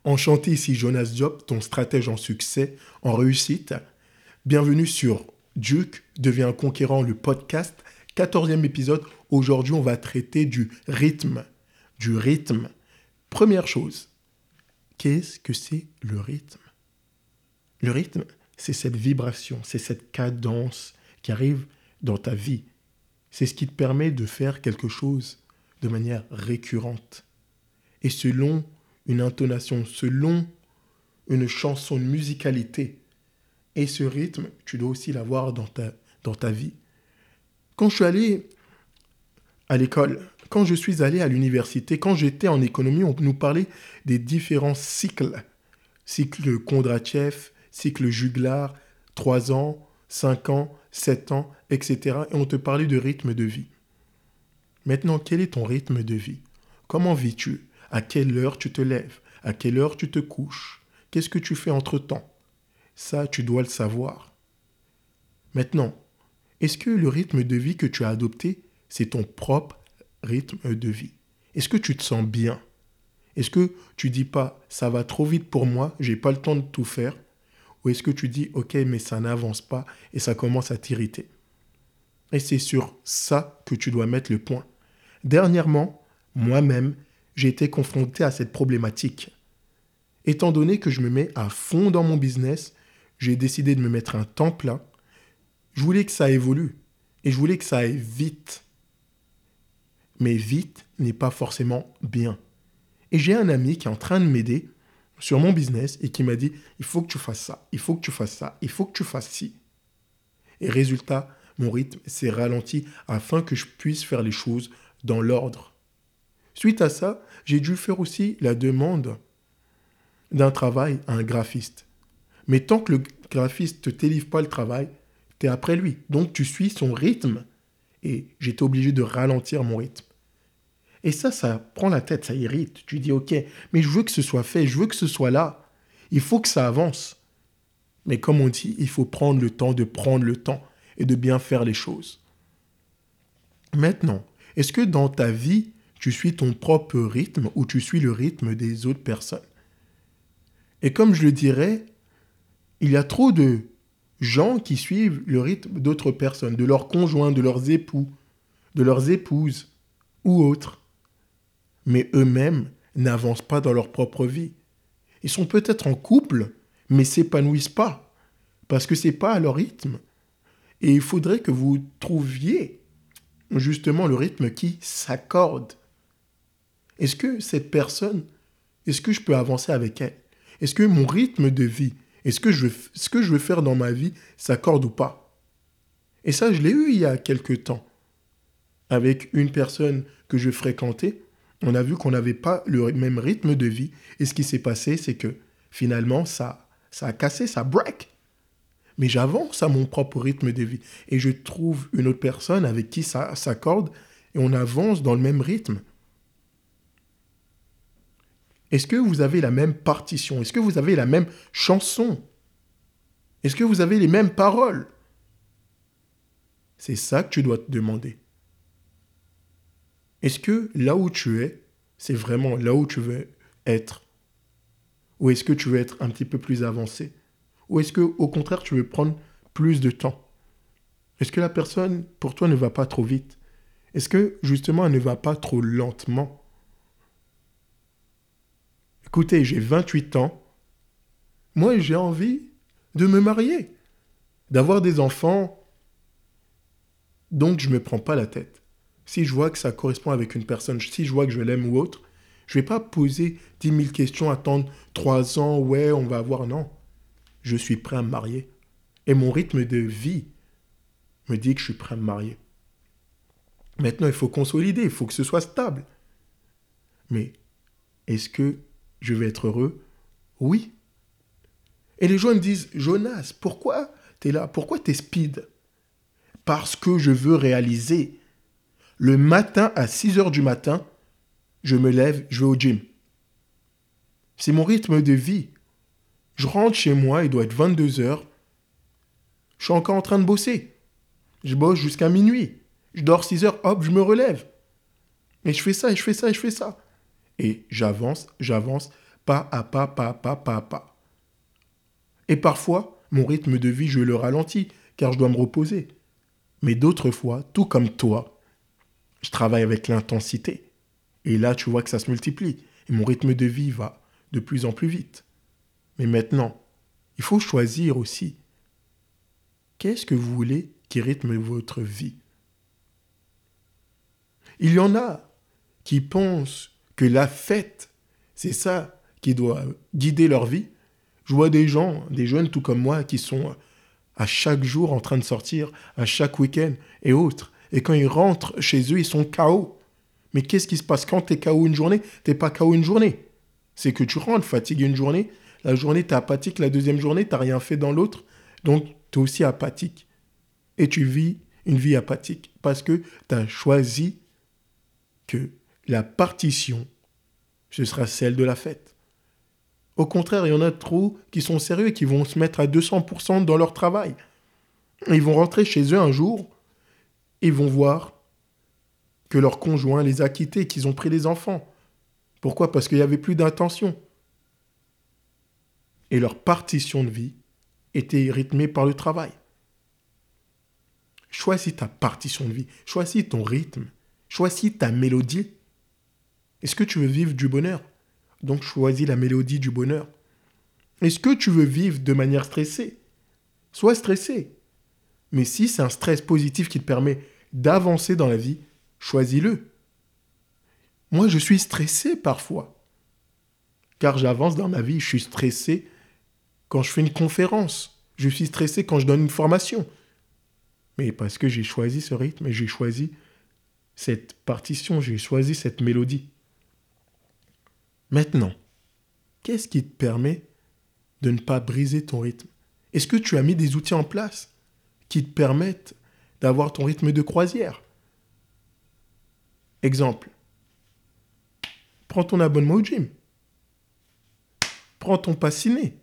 Enchanté, ici Jonas Diop, ton stratège en succès, en réussite. Bienvenue sur Duke devient un conquérant, le podcast, 14e épisode. Aujourd'hui, on va traiter du rythme. Du rythme. Première chose, qu'est-ce que c'est le rythme? Le rythme, c'est cette vibration, c'est cette cadence qui arrive dans ta vie. C'est ce qui te permet de faire quelque chose de manière récurrente. Et selon une intonation, selon une chanson, une musicalité. Et ce rythme, tu dois aussi l'avoir dans ta vie. Quand je suis allé à l'école, quand je suis allé à l'université, quand j'étais en économie, on nous parlait des différents cycles. Cycle Kondratiev, cycle Juglar, 3 ans, 5 ans, 7 ans, etc. Et on te parlait de rythme de vie. Maintenant, quel est ton rythme de vie? Comment vis-tu? À quelle heure tu te lèves? À quelle heure tu te couches? Qu'est-ce que tu fais entre-temps? Ça, tu dois le savoir. Maintenant, est-ce que le rythme de vie que tu as adopté, c'est ton propre rythme de vie? Est-ce que tu te sens bien? Est-ce que tu dis pas, ça va trop vite pour moi, j'ai pas le temps de tout faire? Ou est-ce que tu dis, ok, mais ça n'avance pas et ça commence à t'irriter? Et c'est sur ça que tu dois mettre le point. Dernièrement, moi-même, j'ai été confronté à cette problématique. Étant donné que je me mets à fond dans mon business, j'ai décidé de me mettre un temps plein. Je voulais que ça évolue et je voulais que ça aille vite. Mais vite n'est pas forcément bien. Et j'ai un ami qui est en train de m'aider sur mon business et qui m'a dit « il faut que tu fasses ça, il faut que tu fasses ça, il faut que tu fasses ci ». Et résultat, mon rythme s'est ralenti afin que je puisse faire les choses dans l'ordre. Suite à ça, j'ai dû faire aussi la demande d'un travail à un graphiste. Mais tant que le graphiste ne te délivre pas le travail, tu es après lui. Donc tu suis son rythme. Et j'étais obligé de ralentir mon rythme. Et ça prend la tête, ça irrite. Tu dis, ok, mais je veux que ce soit fait, je veux que ce soit là. Il faut que ça avance. Mais comme on dit, il faut prendre le temps de prendre le temps et de bien faire les choses. Maintenant, est-ce que dans ta vie, tu suis ton propre rythme ou tu suis le rythme des autres personnes? Et comme je le dirais, il y a trop de gens qui suivent le rythme d'autres personnes, de leurs conjoints, de leurs époux, de leurs épouses ou autres. Mais eux-mêmes n'avancent pas dans leur propre vie. Ils sont peut-être en couple, mais s'épanouissent pas, parce que c'est pas à leur rythme. Et il faudrait que vous trouviez justement le rythme qui s'accorde. Est-ce que cette personne, est-ce que je peux avancer avec elle? Est-ce que mon rythme de vie, ce que je veux faire dans ma vie s'accorde ou pas? Et ça, je l'ai eu il y a quelques temps. Avec une personne que je fréquentais, on a vu qu'on n'avait pas le même rythme de vie. Et ce qui s'est passé, c'est que finalement, ça a cassé, ça break. Mais j'avance à mon propre rythme de vie. Et je trouve une autre personne avec qui ça s'accorde et on avance dans le même rythme. Est-ce que vous avez la même partition? Est-ce que vous avez la même chanson? Est-ce que vous avez les mêmes paroles? C'est ça que tu dois te demander. Est-ce que là où tu es, c'est vraiment là où tu veux être? Ou est-ce que tu veux être un petit peu plus avancé? Ou est-ce que, au contraire, tu veux prendre plus de temps? Est-ce que la personne, pour toi, ne va pas trop vite? Est-ce que, justement, elle ne va pas trop lentement? Écoutez, j'ai 28 ans. Moi, j'ai envie de me marier, d'avoir des enfants. Donc, je ne me prends pas la tête. Si je vois que ça correspond avec une personne, si je vois que je l'aime ou autre, je ne vais pas poser 10 000 questions, attendre 3 ans, ouais, on va avoir... Non, je suis prêt à me marier. Et mon rythme de vie me dit que je suis prêt à me marier. Maintenant, il faut consolider, il faut que ce soit stable. Mais est-ce que je vais être heureux? Oui. Et les gens me disent, Jonas, pourquoi tu es là? Pourquoi tu es speed? Parce que je veux réaliser. Le matin, à 6 heures du matin, je me lève, je vais au gym. C'est mon rythme de vie. Je rentre chez moi, il doit être 22 heures. Je suis encore en train de bosser. Je bosse jusqu'à minuit. Je dors 6 heures, hop, je me relève. Et je fais ça, et je fais ça, et je fais ça. Et j'avance, pas à pas, pas à pas, pas à pas. Et parfois, mon rythme de vie, je le ralentis, car je dois me reposer. Mais d'autres fois, tout comme toi, je travaille avec l'intensité. Et là, tu vois que ça se multiplie. Et mon rythme de vie va de plus en plus vite. Mais maintenant, il faut choisir aussi. Qu'est-ce que vous voulez qui rythme votre vie? Il y en a qui pensent que la fête, c'est ça qui doit guider leur vie. Je vois des gens, des jeunes tout comme moi, qui sont à chaque jour en train de sortir, à chaque week-end et autres. Et quand ils rentrent chez eux, ils sont KO. Mais qu'est-ce qui se passe quand tu es KO une journée? Tu n'es pas KO une journée. C'est que tu rentres fatigué une journée, la journée tu es apathique, la deuxième journée tu n'as rien fait dans l'autre, donc tu es aussi apathique. Et tu vis une vie apathique parce que tu as choisi que la partition, ce sera celle de la fête. Au contraire, il y en a trop qui sont sérieux et qui vont se mettre à 200% dans leur travail. Ils vont rentrer chez eux un jour et ils vont voir que leur conjoint les a quittés, qu'ils ont pris les enfants. Pourquoi? Parce qu'il n'y avait plus d'intention. Et leur partition de vie était rythmée par le travail. Choisis ta partition de vie, choisis ton rythme, choisis ta mélodie. Est-ce que tu veux vivre du bonheur? Donc choisis la mélodie du bonheur. Est-ce que tu veux vivre de manière stressée? Sois stressé. Mais si c'est un stress positif qui te permet d'avancer dans la vie, choisis-le. Moi, je suis stressé parfois. Car j'avance dans ma vie, je suis stressé quand je fais une conférence. Je suis stressé quand je donne une formation. Mais parce que j'ai choisi ce rythme et j'ai choisi cette partition, j'ai choisi cette mélodie. Maintenant, qu'est-ce qui te permet de ne pas briser ton rythme? Est-ce que tu as mis des outils en place qui te permettent d'avoir ton rythme de croisière? Exemple, prends ton abonnement au gym. Prends ton pass ciné.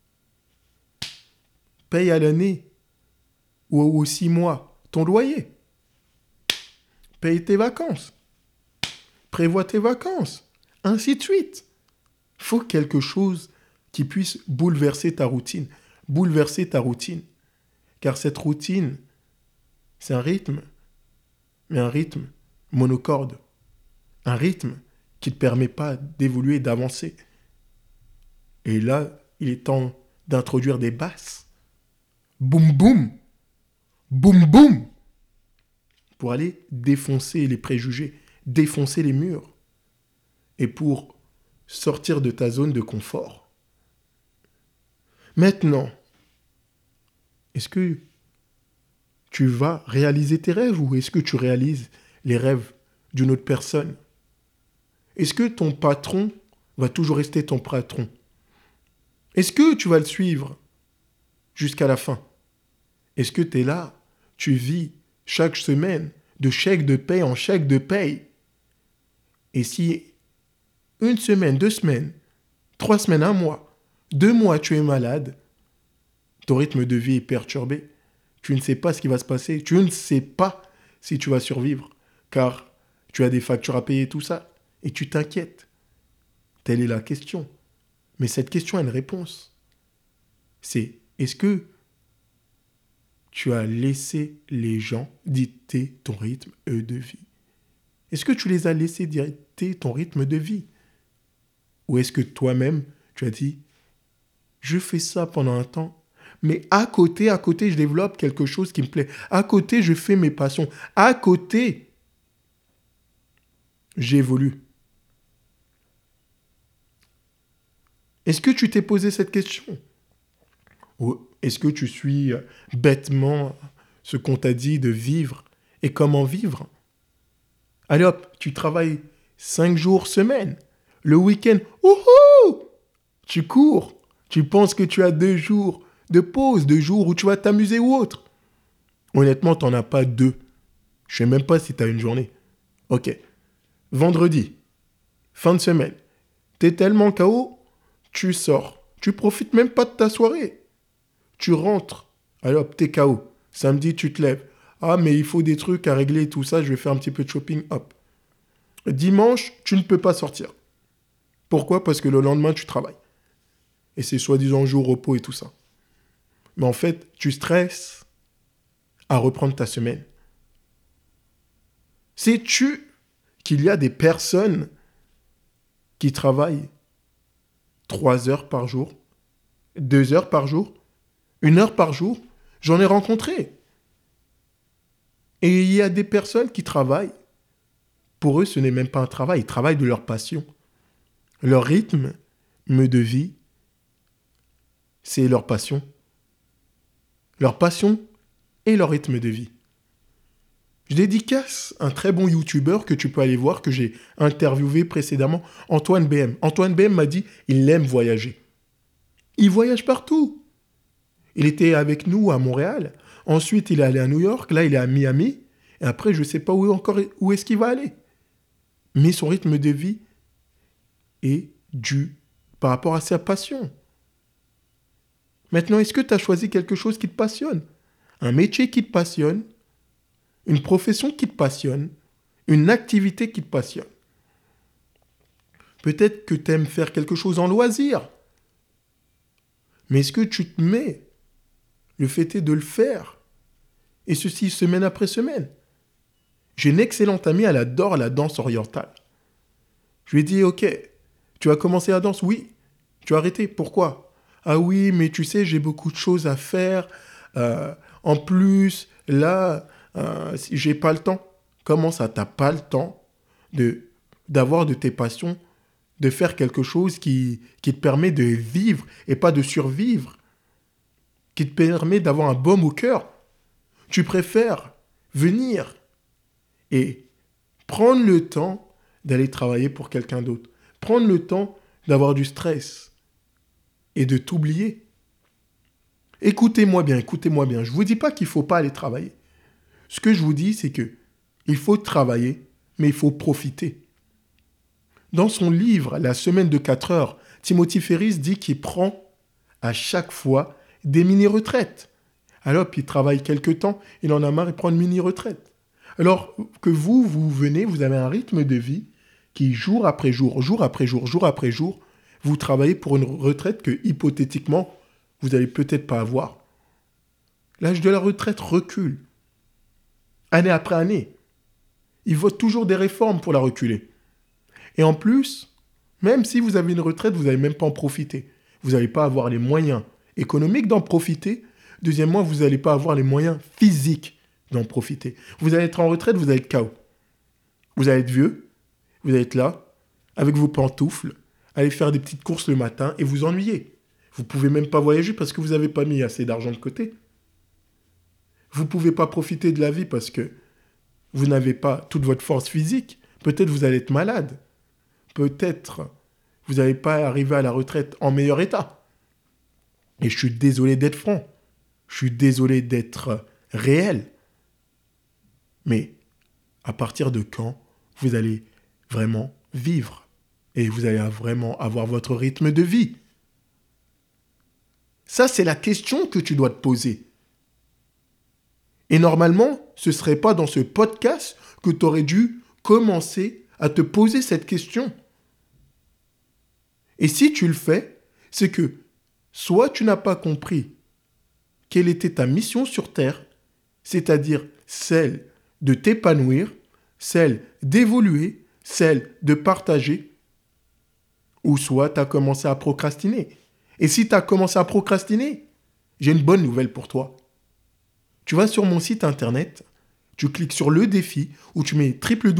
Paye à l'année ou aux 6 mois ton loyer. Paye tes vacances. Prévois tes vacances. Ainsi de suite. Il faut quelque chose qui puisse bouleverser ta routine. Bouleverser ta routine. Car cette routine, c'est un rythme, mais un rythme monocorde. Un rythme qui ne te permet pas d'évoluer, d'avancer. Et là, il est temps d'introduire des basses. Boum boum. Boum boum. Pour aller défoncer les préjugés, défoncer les murs. Et pour sortir de ta zone de confort. Maintenant, est-ce que tu vas réaliser tes rêves ou est-ce que tu réalises les rêves d'une autre personne? Est-ce que ton patron va toujours rester ton patron? Est-ce que tu vas le suivre jusqu'à la fin? Est-ce que tu es là, tu vis chaque semaine de chèque de paye en chèque de paye? Et si une semaine, 2 semaines, 3 semaines, 1 mois, 2 mois, tu es malade, ton rythme de vie est perturbé, tu ne sais pas ce qui va se passer, tu ne sais pas si tu vas survivre, car tu as des factures à payer, tout ça, et tu t'inquiètes. Telle est la question. Mais cette question a une réponse. C'est, est-ce que tu as laissé les gens dicter ton rythme de vie? Est-ce que tu les as laissés dicter ton rythme de vie? Ou est-ce que toi-même, tu as dit, je fais ça pendant un temps, mais à côté, je développe quelque chose qui me plaît. À côté, je fais mes passions. À côté, j'évolue. Est-ce que tu t'es posé cette question? Ou est-ce que tu suis bêtement ce qu'on t'a dit de vivre et comment vivre? Allez hop, tu travailles 5 jours semaine. Le week-end, ouhou, tu cours. Tu penses que tu as 2 jours de pause, 2 jours où tu vas t'amuser ou autre. Honnêtement, tu n'en as pas 2. Je ne sais même pas si tu as une journée. Ok. Vendredi, fin de semaine. Tu es tellement KO, tu sors. Tu profites même pas de ta soirée. Tu rentres. Allez hop, t'es KO. Samedi, tu te lèves. Ah, mais il faut des trucs à régler et tout ça. Je vais faire un petit peu de shopping. Hop. Dimanche, tu ne peux pas sortir. Pourquoi? Parce que le lendemain, tu travailles. Et c'est soi-disant jour repos et tout ça. Mais en fait, tu stresses à reprendre ta semaine. Sais-tu qu'il y a des personnes qui travaillent 3 heures par jour, 2 heures par jour, 1 heure par jour? J'en ai rencontré. Et il y a des personnes qui travaillent. Pour eux, ce n'est même pas un travail. Ils travaillent de leur passion. Leur rythme de vie, c'est leur passion. Leur passion et leur rythme de vie. Je dédicace un très bon YouTuber que tu peux aller voir, que j'ai interviewé précédemment, Antoine BM. Antoine BM m'a dit il aime voyager. Il voyage partout. Il était avec nous à Montréal. Ensuite, il est allé à New York. Là, il est à Miami. Et après, je ne sais pas où est-ce qu'il va aller. Mais son rythme de vie est dû par rapport à sa passion. Maintenant, est-ce que tu as choisi quelque chose qui te passionne? Un métier qui te passionne? Une profession qui te passionne? Une activité qui te passionne? Peut-être que tu aimes faire quelque chose en loisir. Mais est-ce que tu te mets le fait est de le faire? Et ceci semaine après semaine. J'ai une excellente amie, elle adore la danse orientale. Je lui ai dit, ok, tu as commencé la danse? Oui. Tu as arrêté? Pourquoi? Ah oui, mais tu sais, j'ai beaucoup de choses à faire. En plus, là, j'ai pas le temps. Comment ça, t'as pas le temps d'avoir de tes passions, de faire quelque chose qui te permet de vivre et pas de survivre, qui te permet d'avoir un baume au cœur? Tu préfères venir et prendre le temps d'aller travailler pour quelqu'un d'autre. Prendre le temps d'avoir du stress et de t'oublier. Écoutez-moi bien, écoutez-moi bien. Je ne vous dis pas qu'il ne faut pas aller travailler. Ce que je vous dis, c'est que il faut travailler, mais il faut profiter. Dans son livre, La semaine de 4 heures, Timothy Ferriss dit qu'il prend à chaque fois des mini-retraites. Alors, il travaille quelque temps, il en a marre, il prend une mini-retraite. Alors que vous venez, vous avez un rythme de vie qui, jour après jour, jour après jour, jour après jour, vous travaillez pour une retraite que, hypothétiquement, vous n'allez peut-être pas avoir. L'âge de la retraite recule. Année après année. Il vote toujours des réformes pour la reculer. Et en plus, même si vous avez une retraite, vous n'allez même pas en profiter. Vous n'allez pas avoir les moyens économiques d'en profiter. Deuxièmement, vous n'allez pas avoir les moyens physiques d'en profiter. Vous allez être en retraite, vous allez être KO. Vous allez être vieux, vous allez être là, avec vos pantoufles, aller faire des petites courses le matin et vous ennuyer. Vous ne pouvez même pas voyager parce que vous n'avez pas mis assez d'argent de côté. Vous ne pouvez pas profiter de la vie parce que vous n'avez pas toute votre force physique. Peut-être vous allez être malade. Peut-être vous n'allez pas arriver à la retraite en meilleur état. Et je suis désolé d'être franc. Je suis désolé d'être réel. Mais à partir de quand vous allez vraiment vivre et vous allez vraiment avoir votre rythme de vie? Ça, c'est la question que tu dois te poser. Et normalement, ce ne serait pas dans ce podcast que tu aurais dû commencer à te poser cette question. Et si tu le fais, c'est que soit tu n'as pas compris quelle était ta mission sur Terre, c'est-à-dire celle de t'épanouir, celle d'évoluer, celle de partager, ou soit tu as commencé à procrastiner. Et si tu as commencé à procrastiner, j'ai une bonne nouvelle pour toi. Tu vas sur mon site internet, tu cliques sur le défi, où tu mets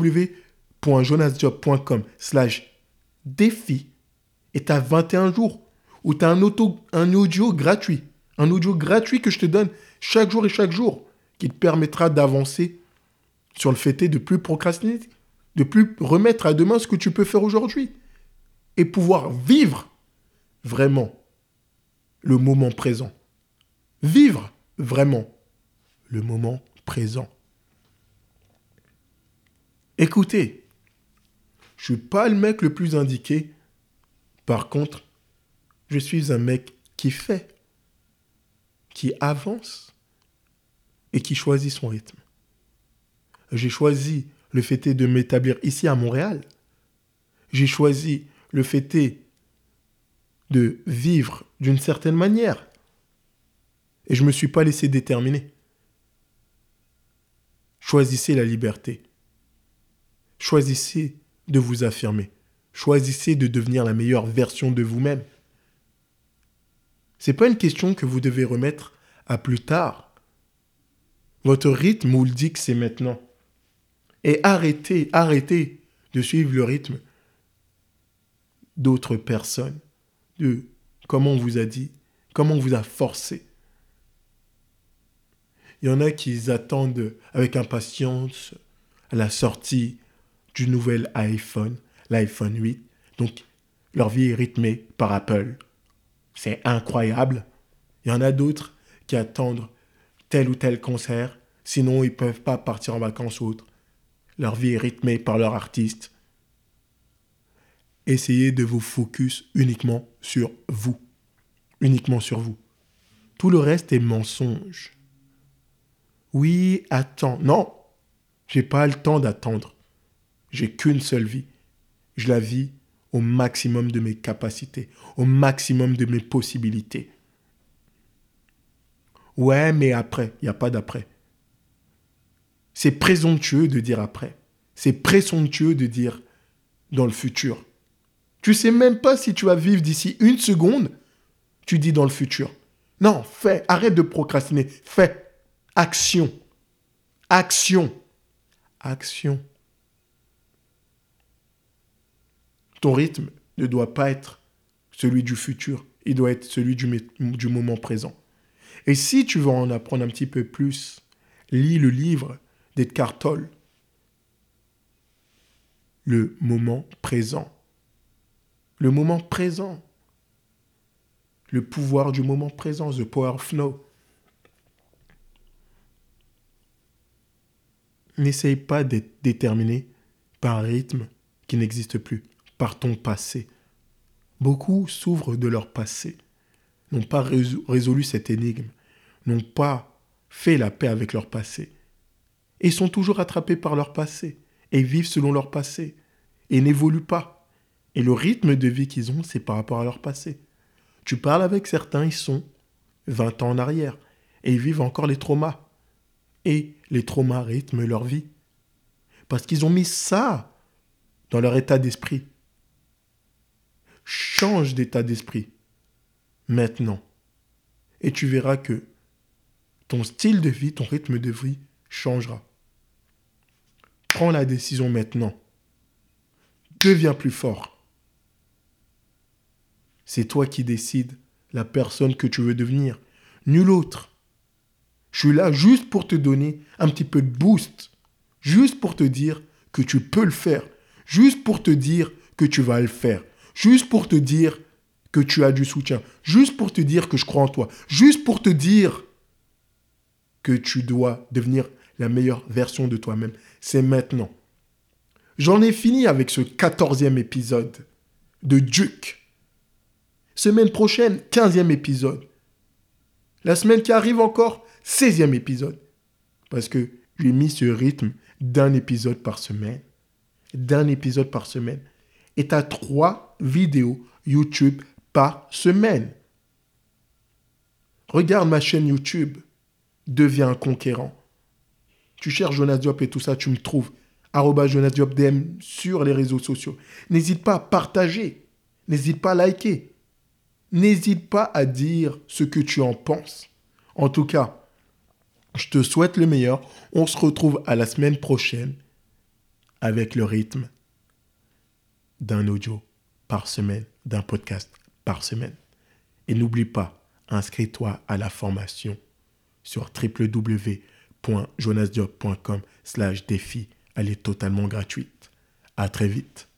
www.jonasjob.com/défi, et tu as 21 jours, où tu as un audio gratuit. Un audio gratuit que je te donne chaque jour et chaque jour, qui te permettra d'avancer sur le fait de plus procrastiner, de plus remettre à demain ce que tu peux faire aujourd'hui, et pouvoir vivre vraiment le moment présent. Vivre vraiment le moment présent. Écoutez, je ne suis pas le mec le plus indiqué. Par contre, je suis un mec qui fait, qui avance et qui choisit son rythme. J'ai choisi le fait de m'établir ici à Montréal. J'ai choisi Le fait est de vivre d'une certaine manière. Et je ne me suis pas laissé déterminer. Choisissez la liberté. Choisissez de vous affirmer. Choisissez de devenir la meilleure version de vous-même. Ce n'est pas une question que vous devez remettre à plus tard. Votre rythme vous le dit que c'est maintenant. Et arrêtez de suivre le rythme d'autres personnes, de comment on vous a dit, comment on vous a forcé. Il y en a qui attendent avec impatience la sortie du nouvel iPhone, l'iPhone 8. Donc, leur vie est rythmée par Apple. C'est incroyable. Il y en a d'autres qui attendent tel ou tel concert, sinon ils ne peuvent pas partir en vacances ou autre. Leur vie est rythmée par leur artiste. Essayez de vous focus uniquement sur vous. Uniquement sur vous. Tout le reste est mensonge. Oui, attends. Non, j'ai pas le temps d'attendre. J'ai qu'une seule vie. Je la vis au maximum de mes capacités, au maximum de mes possibilités. Ouais, mais après, il n'y a pas d'après. C'est présomptueux de dire après. C'est présomptueux de dire dans le futur. Tu sais même pas si tu vas vivre d'ici une seconde, tu dis dans le futur. Non, fais, arrête de procrastiner, fais. Action. Action. Action. Ton rythme ne doit pas être celui du futur, il doit être celui du moment présent. Et si tu veux en apprendre un petit peu plus, lis le livre d'Edgar Tolle, Le moment présent. Le moment présent. Le pouvoir du moment présent, The Power of Now. N'essaye pas d'être déterminé par un rythme qui n'existe plus, par ton passé. Beaucoup souffrent de leur passé, n'ont pas résolu cette énigme, n'ont pas fait la paix avec leur passé. Et sont toujours attrapés par leur passé, et vivent selon leur passé, et n'évoluent pas. Et le rythme de vie qu'ils ont, c'est par rapport à leur passé. Tu parles avec certains, ils sont 20 ans en arrière, et ils vivent encore les traumas. Et les traumas rythment leur vie. Parce qu'ils ont mis ça dans leur état d'esprit. Change d'état d'esprit maintenant. Et tu verras que ton style de vie, ton rythme de vie changera. Prends la décision maintenant. Deviens plus fort. C'est toi qui décides la personne que tu veux devenir. Nul autre. Je suis là juste pour te donner un petit peu de boost. Juste pour te dire que tu peux le faire. Juste pour te dire que tu vas le faire. Juste pour te dire que tu as du soutien. Juste pour te dire que je crois en toi. Juste pour te dire que tu dois devenir la meilleure version de toi-même. C'est maintenant. J'en ai fini avec ce 14e épisode de Duke. Semaine prochaine, 15e épisode. La semaine qui arrive encore, 16e épisode. Parce que j'ai mis ce rythme d'un épisode par semaine. D'un épisode par semaine. Et tu as 3 vidéos YouTube par semaine. Regarde ma chaîne YouTube. Deviens un conquérant. Tu cherches Jonas Diop et tout ça, tu me trouves. @Jonas Diop DM sur les réseaux sociaux. N'hésite pas à partager. N'hésite pas à liker. N'hésite pas à dire ce que tu en penses. En tout cas, je te souhaite le meilleur. On se retrouve à la semaine prochaine avec le rythme d'un audio par semaine, d'un podcast par semaine. Et n'oublie pas, inscris-toi à la formation sur www.jonasdiop.com/défi. Elle est totalement gratuite. À très vite.